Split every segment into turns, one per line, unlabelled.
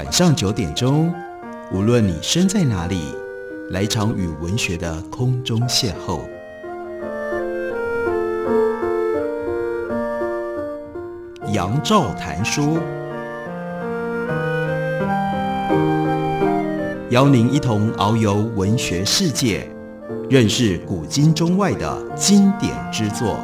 晚上9点钟，无论你身在哪里，来一场与文学的空中邂逅。杨照谈书，邀您一同遨游文学世界，认识古今中外的经典之作。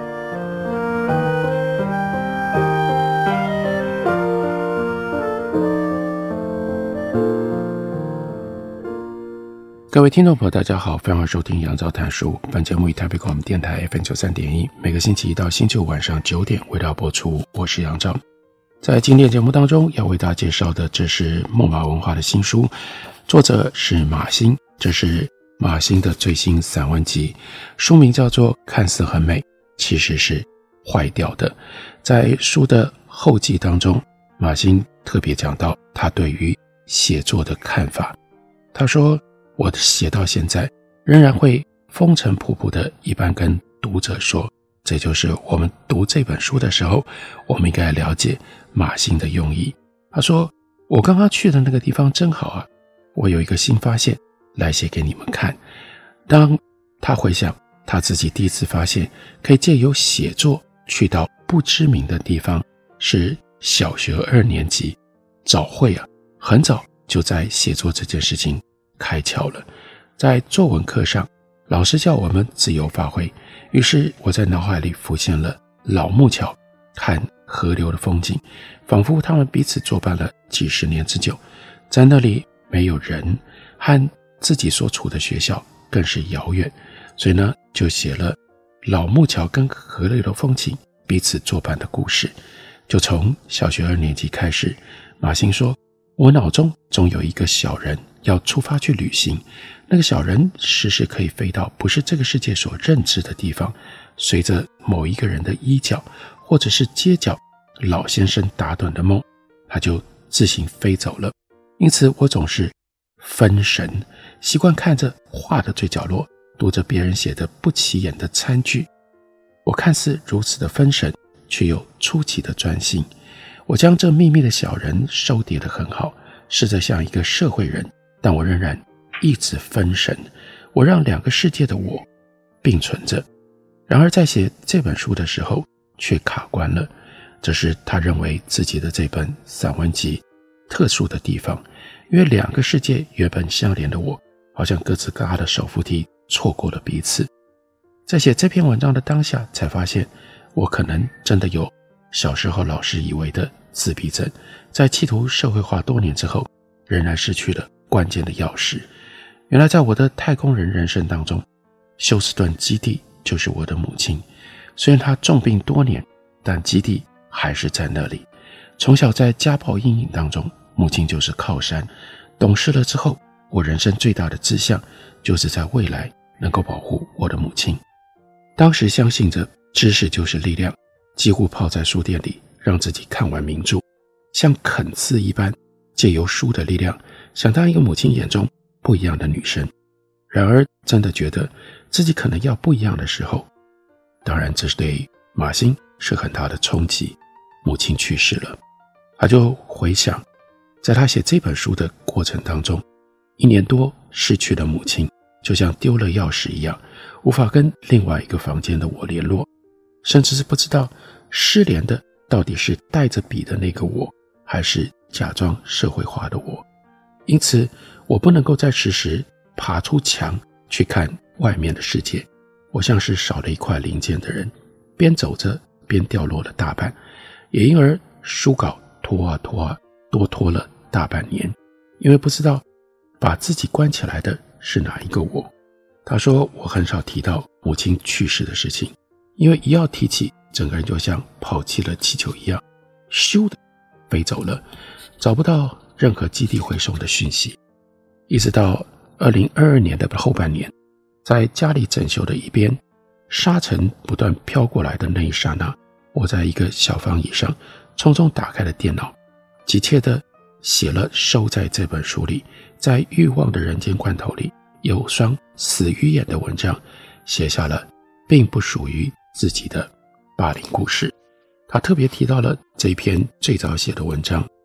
各位听众朋友大家好，欢迎收听杨照谈书。本节目以台北广播电台 FM93.1 每个星期一到星期五晚上9点为大家播出，我是杨照。在今天节目当中要为大家介绍的，这是木马文化的新书，作者是马欣，这是马欣的最新散文集，书名叫做看似很美，其实是坏掉的。在书的后记当中，马欣特别讲到他对于写作的看法。他说，我写到现在仍然会风尘仆仆的一般跟读者说，这就是我们读这本书的时候，我们应该了解马欣的用意。他说，我刚刚去的那个地方真好啊，我有一个新发现来写给你们看。当他回想他自己第一次发现可以借由写作去到不知名的地方，是小学2年级，早会啊，很早就在写作这件事情开窍了。在作文课上，老师叫我们自由发挥，于是我在脑海里浮现了老木桥和河流的风景，仿佛他们彼此作伴了几十年之久。在那里没有人，和自己所处的学校更是遥远，所以呢，就写了老木桥跟河流的风景彼此作伴的故事。就从小学2年级开始，马欣说，我脑中总有一个小人要出发去旅行，那个小人时时可以飞到不是这个世界所认知的地方，随着某一个人的衣角或者是街角老先生打盹的梦，他就自行飞走了。因此我总是分神，习惯看着画的最角落，读着别人写的不起眼的餐具。我看似如此的分神，却又出奇的专心。我将这秘密的小人收叠得很好，试着像一个社会人，但我仍然一直分神。我让2个世界的我并存着。然而在写这本书的时候却卡关了，这是他认为自己的这本散文集特殊的地方，因为2个世界原本相连的我，好像各自各的手扶梯错过了彼此。在写这篇文章的当下，才发现我可能真的有小时候老师以为的自闭症，在企图社会化多年之后，仍然失去了关键的钥匙。原来在我的太空人人生当中，休斯顿基地就是我的母亲。虽然她重病多年，但基地还是在那里。从小在家暴阴影当中，母亲就是靠山。懂事了之后，我人生最大的志向就是在未来能够保护我的母亲。当时相信着知识就是力量，几乎泡在书店里，让自己看完名著，像啃刺一般，借由书的力量，想当一个母亲眼中不一样的女生。然而真的觉得自己可能要不一样的时候，当然这是对马欣是很大的冲击。母亲去世了，他就回想，在他写这本书的过程当中，1年多失去了母亲，就像丢了钥匙一样，无法跟另外一个房间的我联络，甚至是不知道失联的到底是带着笔的那个我，还是假装社会化的我。因此我不能够再时时爬出墙去看外面的世界，我像是少了一块零件的人，边走着边掉落了大半，也因而书稿拖啊拖啊，多拖了大半年，因为不知道把自己关起来的是哪一个我。他说，我很少提到母亲去世的事情，因为一要提起，整个人就像抛弃了气球一样，咻的飞走了，找不到任何基地回送的讯息。一直到2022年的后半年，在家里整修的一边，沙尘不断飘过来的那一刹那，我在一个小方椅上匆匆打开了电脑，急切地写了收在这本书里，在欲望的人间罐头里有双死鱼眼的文章，写下了并不属于自己的霸凌故事。他特别提到了这篇最早写的文章，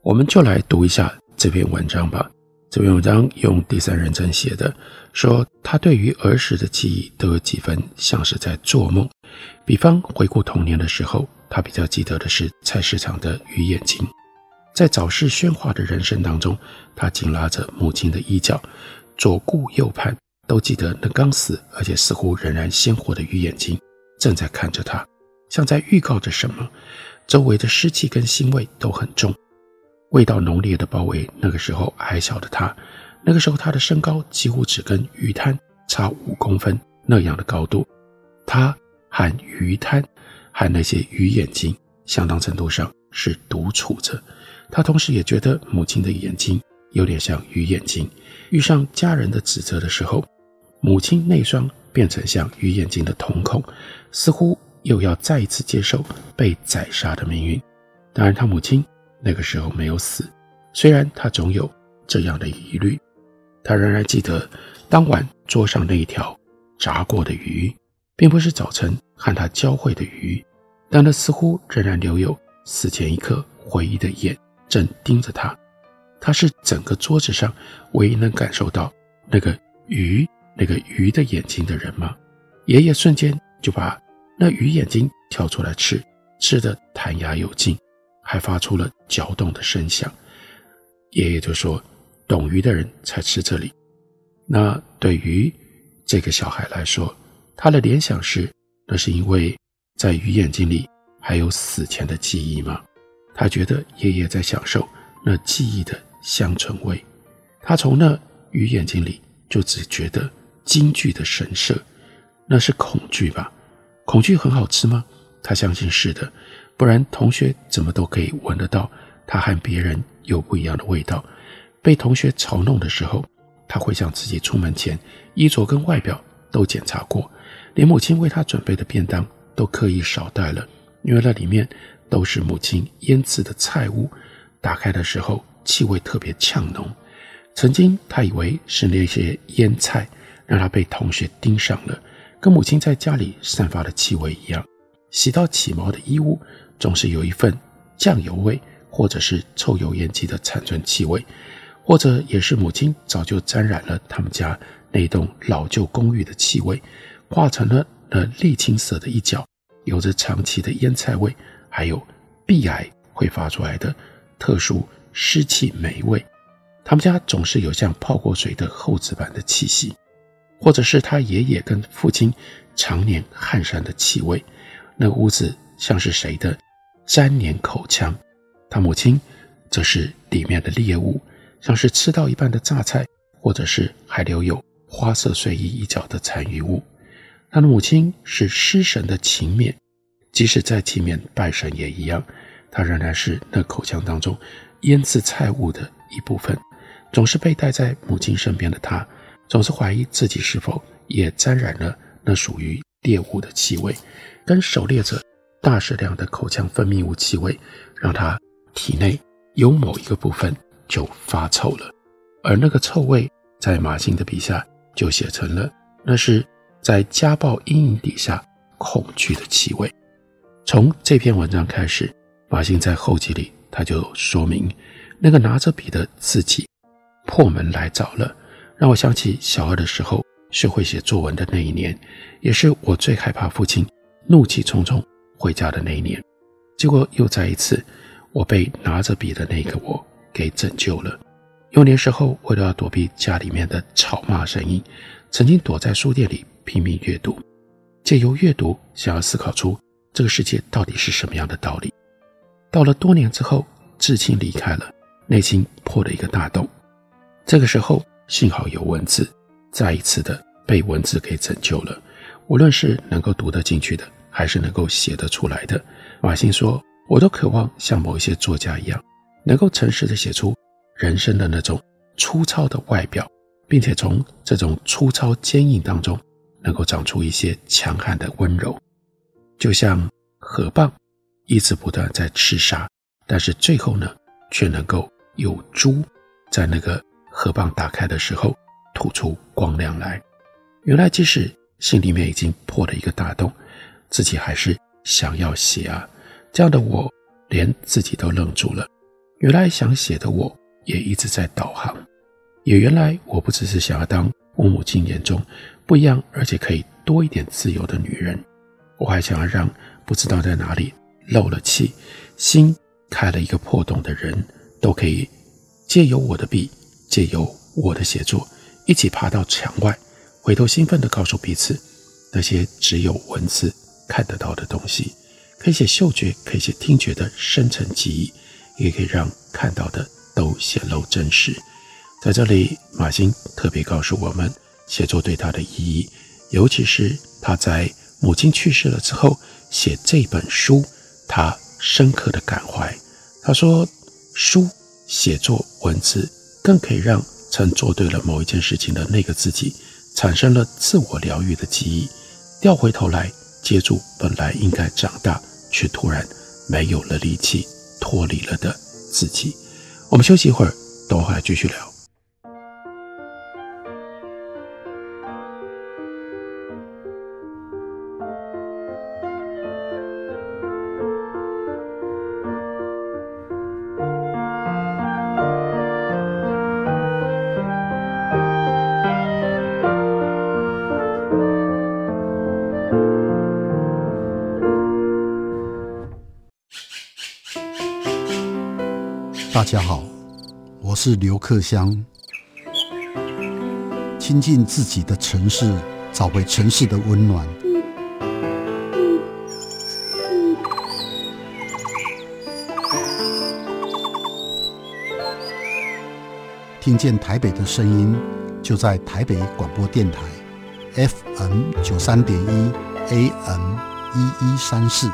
我们就来读一下这篇文章吧。这篇文章用第三人称写的，说他对于儿时的记忆都有几分像是在做梦。比方回顾童年的时候，他比较记得的是菜市场的鱼眼睛。在早市喧哗的人生当中，他紧拉着母亲的衣角，左顾右盼，都记得那刚死而且似乎仍然鲜活的鱼眼睛正在看着他，像在预告着什么。周围的湿气跟腥味都很重，味道浓烈的包围那个时候矮小的他。那个时候他的身高几乎只跟鱼滩差5公分那样的高度。他和鱼滩和那些鱼眼睛相当程度上是独处着。他同时也觉得母亲的眼睛有点像鱼眼睛，遇上家人的指责的时候，母亲那双变成像鱼眼睛的瞳孔，似乎又要再一次接受被宰杀的命运。当然他母亲那个时候没有死，虽然他总有这样的疑虑。他仍然记得当晚桌上那一条炸过的鱼，并不是早晨和他交汇的鱼，但那似乎仍然留有死前一刻回忆的眼正盯着他。他是整个桌子上唯一能感受到那个鱼的眼睛的人吗？爷爷瞬间就把那鱼眼睛挑出来吃，吃得弹牙有劲，还发出了嚼动的声响。爷爷就说，懂鱼的人才吃这里。那对于这个小孩来说，他的联想是，那是因为在鱼眼睛里还有死前的记忆吗？他觉得爷爷在享受那记忆的香醇味。他从那鱼眼睛里就只觉得惊惧的神色。那是恐惧吧？恐惧很好吃吗？他相信是的，不然同学怎么都可以闻得到他和别人有不一样的味道。被同学嘲弄的时候，他会想自己出门前衣着跟外表都检查过，连母亲为他准备的便当都刻意少带了，因为那里面都是母亲腌制的菜物，打开的时候气味特别呛浓。曾经他以为是那些腌菜让他被同学盯上了，跟母亲在家里散发的气味一样。洗到起毛的衣物总是有一份酱油味，或者是臭油烟机的残存气味，或者也是母亲早就沾染了他们家那栋老旧公寓的气味，化成了那沥青色的一角，有着长期的腌菜味，还有壁癌会发出来的特殊湿气霉味。他们家总是有像泡过水的厚纸板的气息，或者是他爷爷跟父亲常年汗衫的气味。那屋子像是谁的粘黏口腔，他母亲则是里面的猎物，像是吃到一半的榨菜，或者是还留有花色睡衣一角的残余物。他的母亲是失神的勤勉，即使在前面拜神也一样，他仍然是那口腔当中腌制菜物的一部分。总是被带在母亲身边的他，总是怀疑自己是否也沾染了那属于猎物的气味，跟狩猎者大适量的口腔分泌物气味，让他体内有某一个部分就发臭了。而那个臭味在马欣的笔下就写成了，那是在家暴阴影底下恐惧的气味。从这篇文章开始，马欣在后记里他就说明，那个拿着笔的自己破门来找了，让我想起小2的时候学会写作文的那一年，也是我最害怕父亲怒气冲冲回家的那一年。结果又再一次，我被拿着笔的那个我给拯救了。幼年时候，为了要躲避家里面的吵骂声音，曾经躲在书店里拼命阅读，借由阅读想要思考出这个世界到底是什么样的道理。到了多年之后，至亲离开了，内心破了一个大洞。这个时候幸好有文字，再一次的被文字给拯救了。无论是能够读得进去的，还是能够写得出来的，马欣说，我都渴望像某一些作家一样，能够诚实地写出人生的那种粗糙的外表，并且从这种粗糙坚硬当中能够长出一些强悍的温柔。就像河蚌一直不断在吃沙，但是最后呢，却能够有珠在那个河蚌打开的时候吐出光亮来。原来即使心里面已经破了一个大洞，自己还是想要写啊。这样的我连自己都愣住了。 原来想写的我也一直在导航，也原来我不只是想要当我母亲眼中不一样而且可以多一点自由的女人，我还想要让不知道在哪里漏了气，心开了一个破洞的人都可以借由我的笔，借由我的写作，一起爬到墙外，回头兴奋地告诉彼此，那些只有文字看得到的东西，可以写嗅觉，可以写听觉的深层记忆，也可以让看到的都显露真实。在这里，马欣特别告诉我们写作对他的意义，尤其是他在母亲去世了之后写这本书，他深刻的感怀。他说，书、写作、文字更可以让曾做对了某一件事情的那个自己产生了自我疗愈的记忆，调回头来接住本来应该长大却突然没有了力气脱离了的自己。我们休息一会儿，等我回来继续聊。
大家好，我是刘克襄。亲近自己的城市，找回城市的温暖。听见台北的声音，就在台北广播电台 FM 93.1 AM 1134。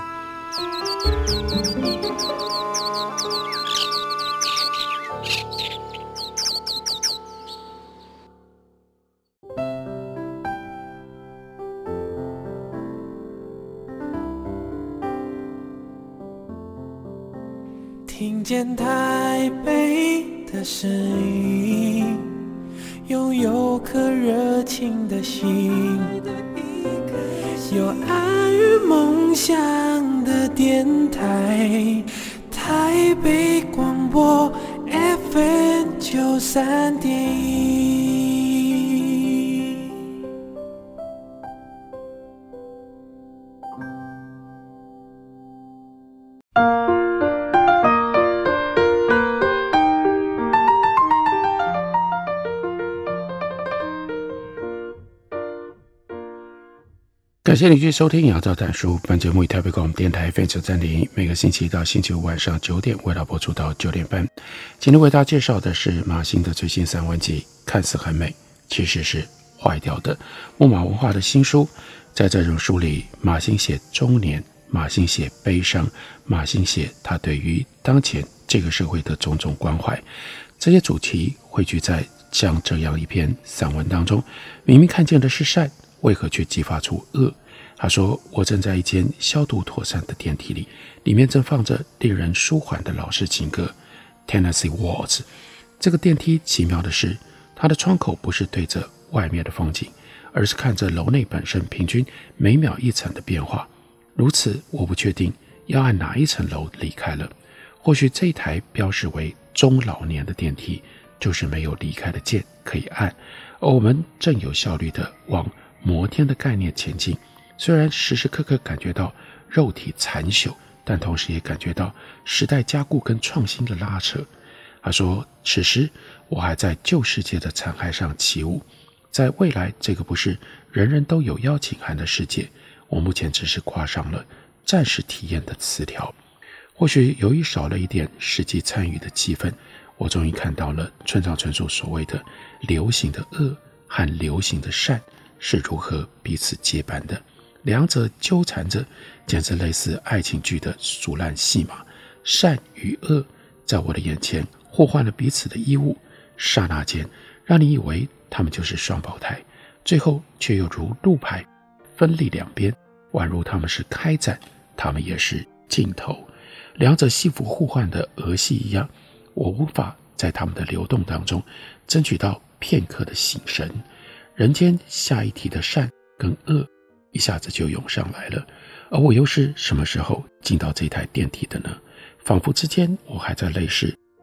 听见台北的声音，拥有颗热情的心，有爱与梦想的电台，台北广播 FM 93.1。
感谢你继续收听《杨照谈书》，本节目以台北广播电台 FM 93.1，每个星期一到星期五晚上9点为大家播出到9点半。今天为大家介绍的是马欣的最新散文集《看似很美，其实是坏掉的》，木马文化的新书。在这种书里，马欣写中年，马欣写悲伤，马欣写他对于当前这个社会的种种关怀。这些主题汇聚在像这样一篇散文当中，明明看见的是善，为何却激发出恶？他说，我正在一间消毒妥善的电梯里，里面正放着令人舒缓的老式情歌 Tennessee Waltz。 这个电梯奇妙的是，它的窗口不是对着外面的风景，而是看着楼内本身平均每秒1层的变化。如此，我不确定要按哪一层楼离开了。或许这一台标示为中老年的电梯就是没有离开的键可以按，而我们正有效率地往摩天的概念前进。虽然时时刻刻感觉到肉体残朽，但同时也感觉到时代加固跟创新的拉扯。他说，此时我还在旧世界的残骸上起舞，在未来这个不是人人都有邀请函的世界，我目前只是挂上了暂时体验的词条。或许由于少了一点实际参与的气氛，我终于看到了村上春树所谓的流行的恶和流行的善是如何彼此接班的。两者纠缠着，简直类似爱情剧的俗烂戏码。善与恶在我的眼前互换了彼此的衣物，刹那间让你以为他们就是双胞胎，最后却又如路牌分立两边，宛如他们是开展，他们也是尽头。两者戏服互换的儿戏一样，我无法在他们的流动当中争取到片刻的醒神。人间下一题的善跟恶一下子就涌上来了，而我又是什么时候进到这台电梯的呢？仿佛之间我还在类似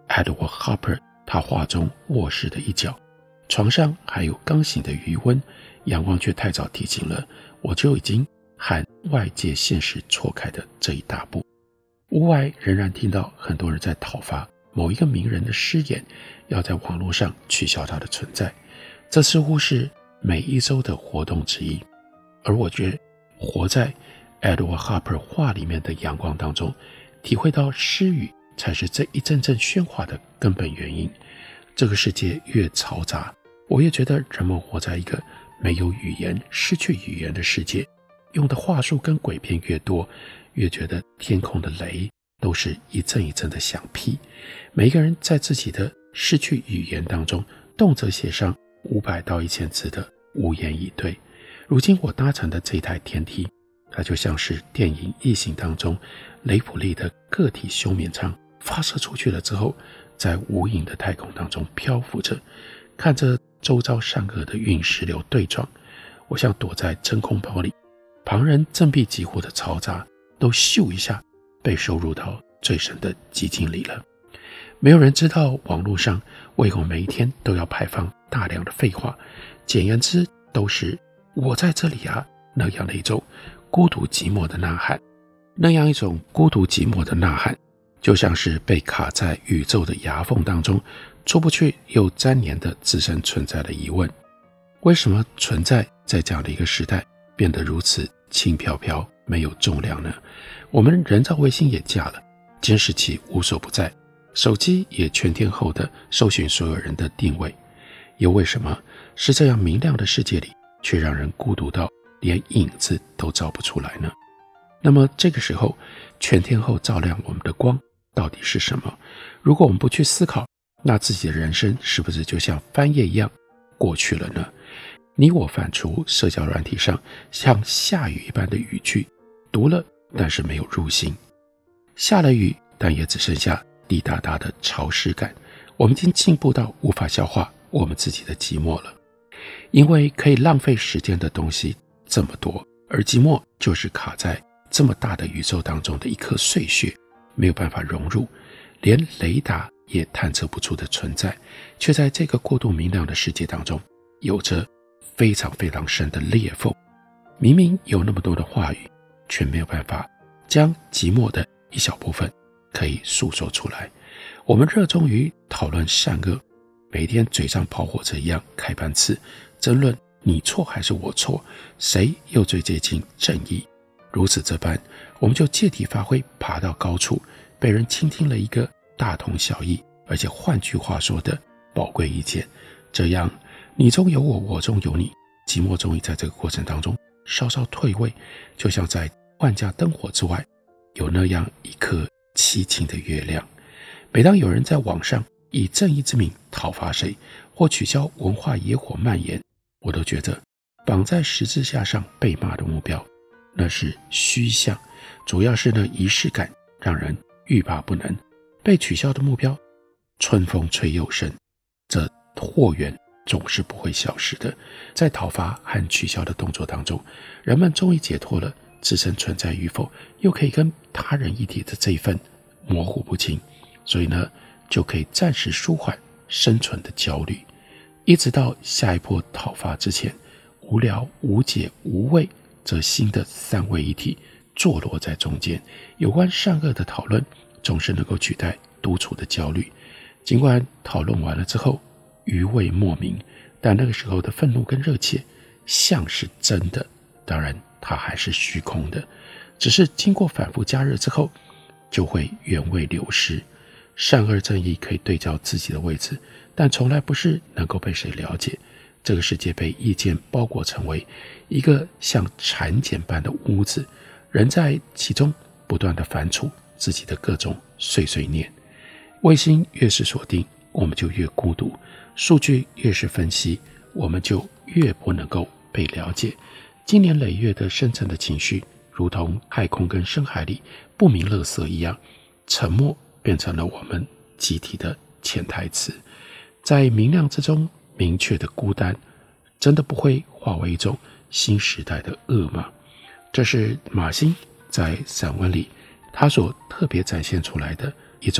Edward Hopper 他画中卧室的一角，床上还有刚醒的余温，阳光却太早提醒了我，就已经和外界现实错开的这一大步。屋外仍然听到很多人在讨伐某一个名人的失言，要在网络上取消他的存在，这似乎是每一周的活动之一。而我觉得活在 Edward Hopper 画里面的阳光当中，体会到失语才是这一阵阵喧哗的根本原因。这个世界越嘈杂，我越觉得人们活在一个没有语言、失去语言的世界，用的话术跟诡辩越多，越觉得天空的雷都是一阵一阵的响屁。每一个人在自己的失去语言当中，动辄写上500到1000字的无言以对。如今我搭乘的这台天梯，它就像是电影《异形》当中雷普利的个体休眠舱发射出去了之后，在无垠的太空当中漂浮着，看着周遭善恶的陨石流对撞，我像躲在真空包里，旁人振臂疾呼的嘈杂都咻一下被收入到最深的寂静里了。没有人知道网络上为何每一天都要排放大量的废话，简言之都是我在这里啊，那样的一种孤独寂寞的呐喊。那样一种孤独寂寞的呐喊，就像是被卡在宇宙的牙缝当中出不去又粘黏的自身存在的疑问。为什么存在在这样的一个时代变得如此轻飘飘没有重量呢？我们人造卫星也架了，监视器无所不在，手机也全天候的搜寻所有人的定位，又为什么是这样明亮的世界里却让人孤独到连影子都照不出来呢？那么这个时候全天候照亮我们的光到底是什么？如果我们不去思考，那自己的人生是不是就像翻页一样过去了呢？你我反刍社交软体上像下雨一般的语句，读了但是没有入心，下了雨但也只剩下滴答答的潮湿感。我们已经进步到无法消化我们自己的寂寞了，因为可以浪费时间的东西这么多，而寂寞就是卡在这么大的宇宙当中的一颗碎屑，没有办法融入，连雷达也探测不出的存在，却在这个过度明亮的世界当中有着非常非常深的裂缝。明明有那么多的话语，却没有办法将寂寞的一小部分可以诉说出来。我们热衷于讨论善恶，每天嘴上跑火车一样开班次，争论你错还是我错，谁又最接近正义。如此这般，我们就借题发挥，爬到高处，被人倾听了一个大同小异，而且换句话说的宝贵意见。这样你中有我，我中有你，寂寞终于在这个过程当中稍稍退位，就像在万家灯火之外有那样一颗凄清的月亮。每当有人在网上以正义之名讨伐谁，或取消文化野火蔓延，我都觉得绑在十字架上被骂的目标那是虚像，主要是那仪式感让人欲罢不能。被取消的目标春风吹又生，这祸源总是不会消失的。在讨伐和取消的动作当中，人们终于解脱了自身存在与否又可以跟他人一体的这一份模糊不清，所以呢就可以暂时舒缓生存的焦虑，一直到下一波讨伐之前，无聊无解无味这新的三位一体坐落在中间。有关善恶的讨论总是能够取代独处的焦虑，尽管讨论完了之后余味莫名，但那个时候的愤怒跟热切像是真的，当然它还是虚空的，只是经过反复加热之后就会原味流失。善恶正义可以对照自己的位置，但从来不是能够被谁了解。这个世界被意见包裹成为一个像蚕茧般的屋子，人在其中不断地反刍自己的各种碎碎念。卫星越是锁定，我们就越孤独；数据越是分析，我们就越不能够被了解。经年累月的深层的情绪，如同海空跟深海里不明垃圾一样，沉默变成了我们集体的潜台词。在明亮之中明确的孤单，真的不会化为一种新时代的恶吗？这是马欣在散文里他所特别展现出来的一种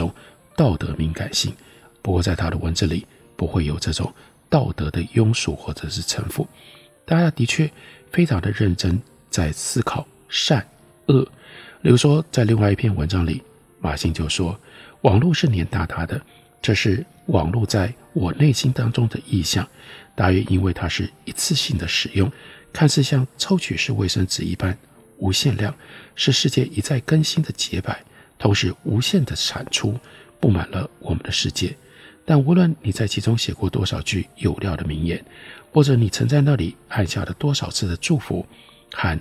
道德敏感性，不过在他的文字里不会有这种道德的庸俗或者是城府。大家的确非常的认真在思考善恶。例如说在另外一篇文章里，马欣就说网络是黏哒哒的，这是网络在我内心当中的意象，大约因为它是一次性的使用，看似像抽取式卫生纸一般无限量，是世界一再更新的洁白，同时无限的产出布满了我们的世界。但无论你在其中写过多少句有料的名言，或者你曾在那里按下了多少次的祝福和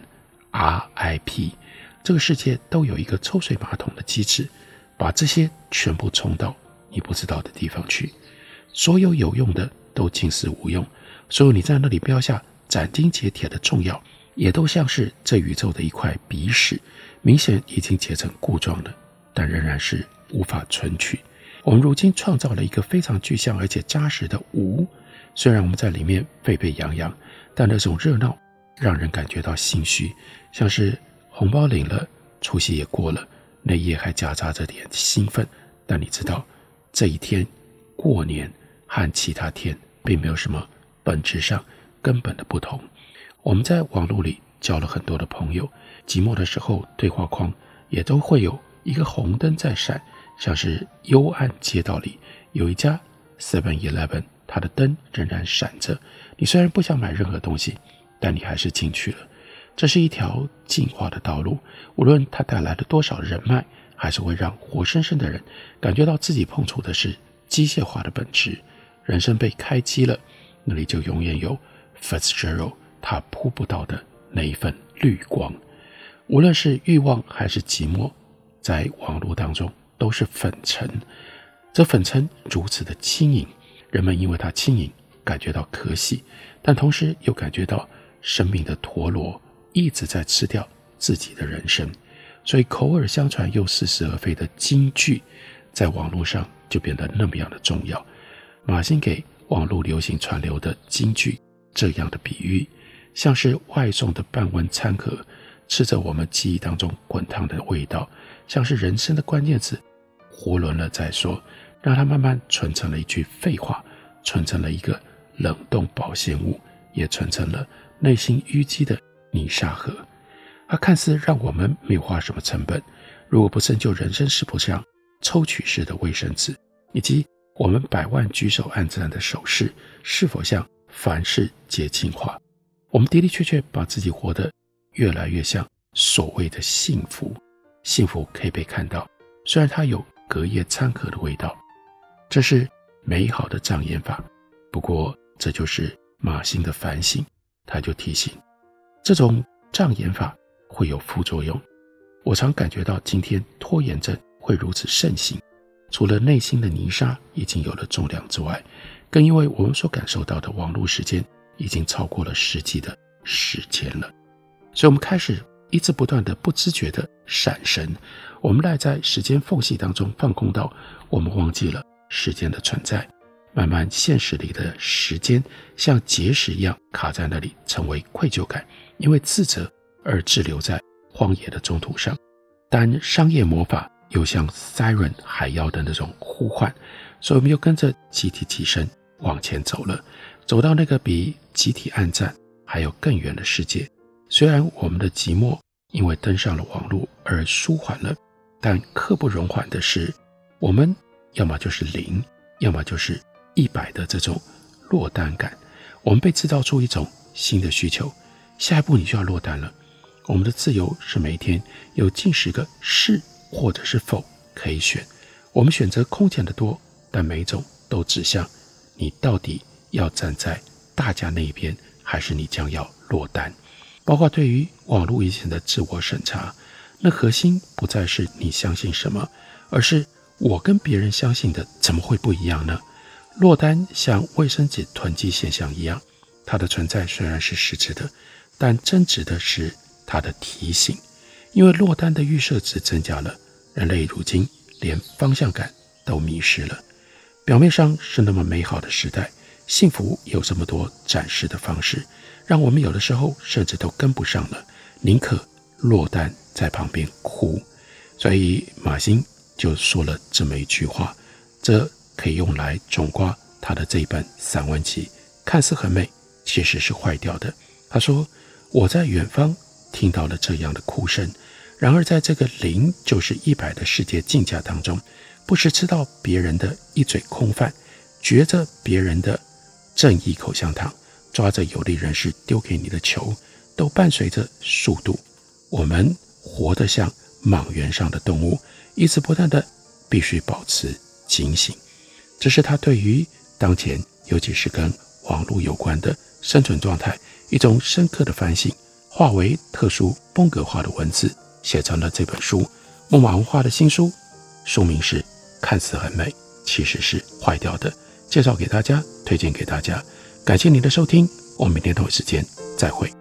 RIP， 这个世界都有一个抽水马桶的机制，把这些全部冲到你不知道的地方去。所有有用的都近似无用，所有你在那里标下斩钉截铁的重要，也都像是这宇宙的一块鼻屎，明显已经结成固状了，但仍然是无法存取。我们如今创造了一个非常具象而且扎实的无，虽然我们在里面沸沸扬扬，但那种热闹让人感觉到心虚，像是红包领了，除夕也过了，内页还夹杂着点兴奋。但你知道，这一天过年和其他天并没有什么本质上根本的不同。我们在网络里交了很多的朋友，寂寞的时候对话框也都会有一个红灯在闪，像是幽暗街道里有一家 7-Eleven， 它的灯仍然闪着，你虽然不想买任何东西，但你还是进去了。这是一条进化的道路，无论它带来了多少人脉，还是会让活生生的人感觉到自己碰触的是机械化的本质。人生被开机了，那里就永远有 Fitzgerald 他扑不到的那一份绿光。无论是欲望还是寂寞，在网络当中都是粉尘。这粉尘如此的轻盈，人们因为它轻盈感觉到可喜，但同时又感觉到生命的陀螺一直在吃掉自己的人生。所以口耳相传又似是而非的金句在网络上就变得那么样的重要。马欣给网络流行传流的金句这样的比喻，像是外送的半温餐盒，吃着我们记忆当中滚烫的味道，像是人生的关键词，囫囵了再说，让它慢慢存成了一句废话，存成了一个冷冻保鲜物，也存成了内心淤积的泥沙盒。它看似让我们没有花什么成本，如果不深究人生是否像抽取式的卫生纸，以及我们百万举手按赞的手势是否像凡事皆进化，我们的的确确把自己活得越来越像所谓的幸福。幸福可以被看到，虽然它有隔夜餐盒的味道，这是美好的障眼法。不过这就是马欣的反省，他就提醒这种障眼法会有副作用。我常感觉到今天拖延症会如此盛行，除了内心的泥沙已经有了重量之外，更因为我们所感受到的网络时间已经超过了实际的时间了。所以我们开始一直不断的不知觉的闪神，我们赖在时间缝隙当中放空到我们忘记了时间的存在。慢慢现实里的时间像结石一样卡在那里，成为愧疚感，因为自责而滞留在荒野的中途上。但商业魔法又像 Siren 海妖的那种呼唤，所以我们又跟着集体起身往前走了，走到那个比集体按赞还有更远的世界。虽然我们的寂寞因为登上了网络而舒缓了，但刻不容缓的是，我们要么就是0，要么就是100的这种落单感。我们被制造出一种新的需求，下一步你就要落单了。我们的自由是每一天有近10个是或者是否可以选，我们选择空前的多，但每一种都指向你到底要站在大家那一边，还是你将要落单。包括对于网络以前的自我审查，那核心不再是你相信什么，而是我跟别人相信的怎么会不一样呢？落单像卫生纸囤积现象一样，它的存在虽然是实质的，但真实的是它的提醒。因为落单的预设值增加了，人类如今连方向感都迷失了。表面上是那么美好的时代，幸福有这么多展示的方式，让我们有的时候甚至都跟不上了，宁可落单在旁边哭。所以马欣就说了这么一句话， 这可以用来总括他的这一本散文集，看似很美，其实是坏掉的。他说，我在远方听到了这样的哭声，然而在这个0就是100的世界竞价当中，不是吃到别人的一嘴空饭，嚼着别人的正义口香糖，抓着有利人士丢给你的球，都伴随着速度。我们活得像莽原上的动物，一直不断的必须保持警醒。这是他对于当前尤其是跟网络有关的生存状态一种深刻的反省，化为特殊风格化的文字，写成了这本书，木马文化的新书，书名是看似很美，其实是坏掉的，介绍给大家，推荐给大家。感谢您的收听，我们明天同一时间再会。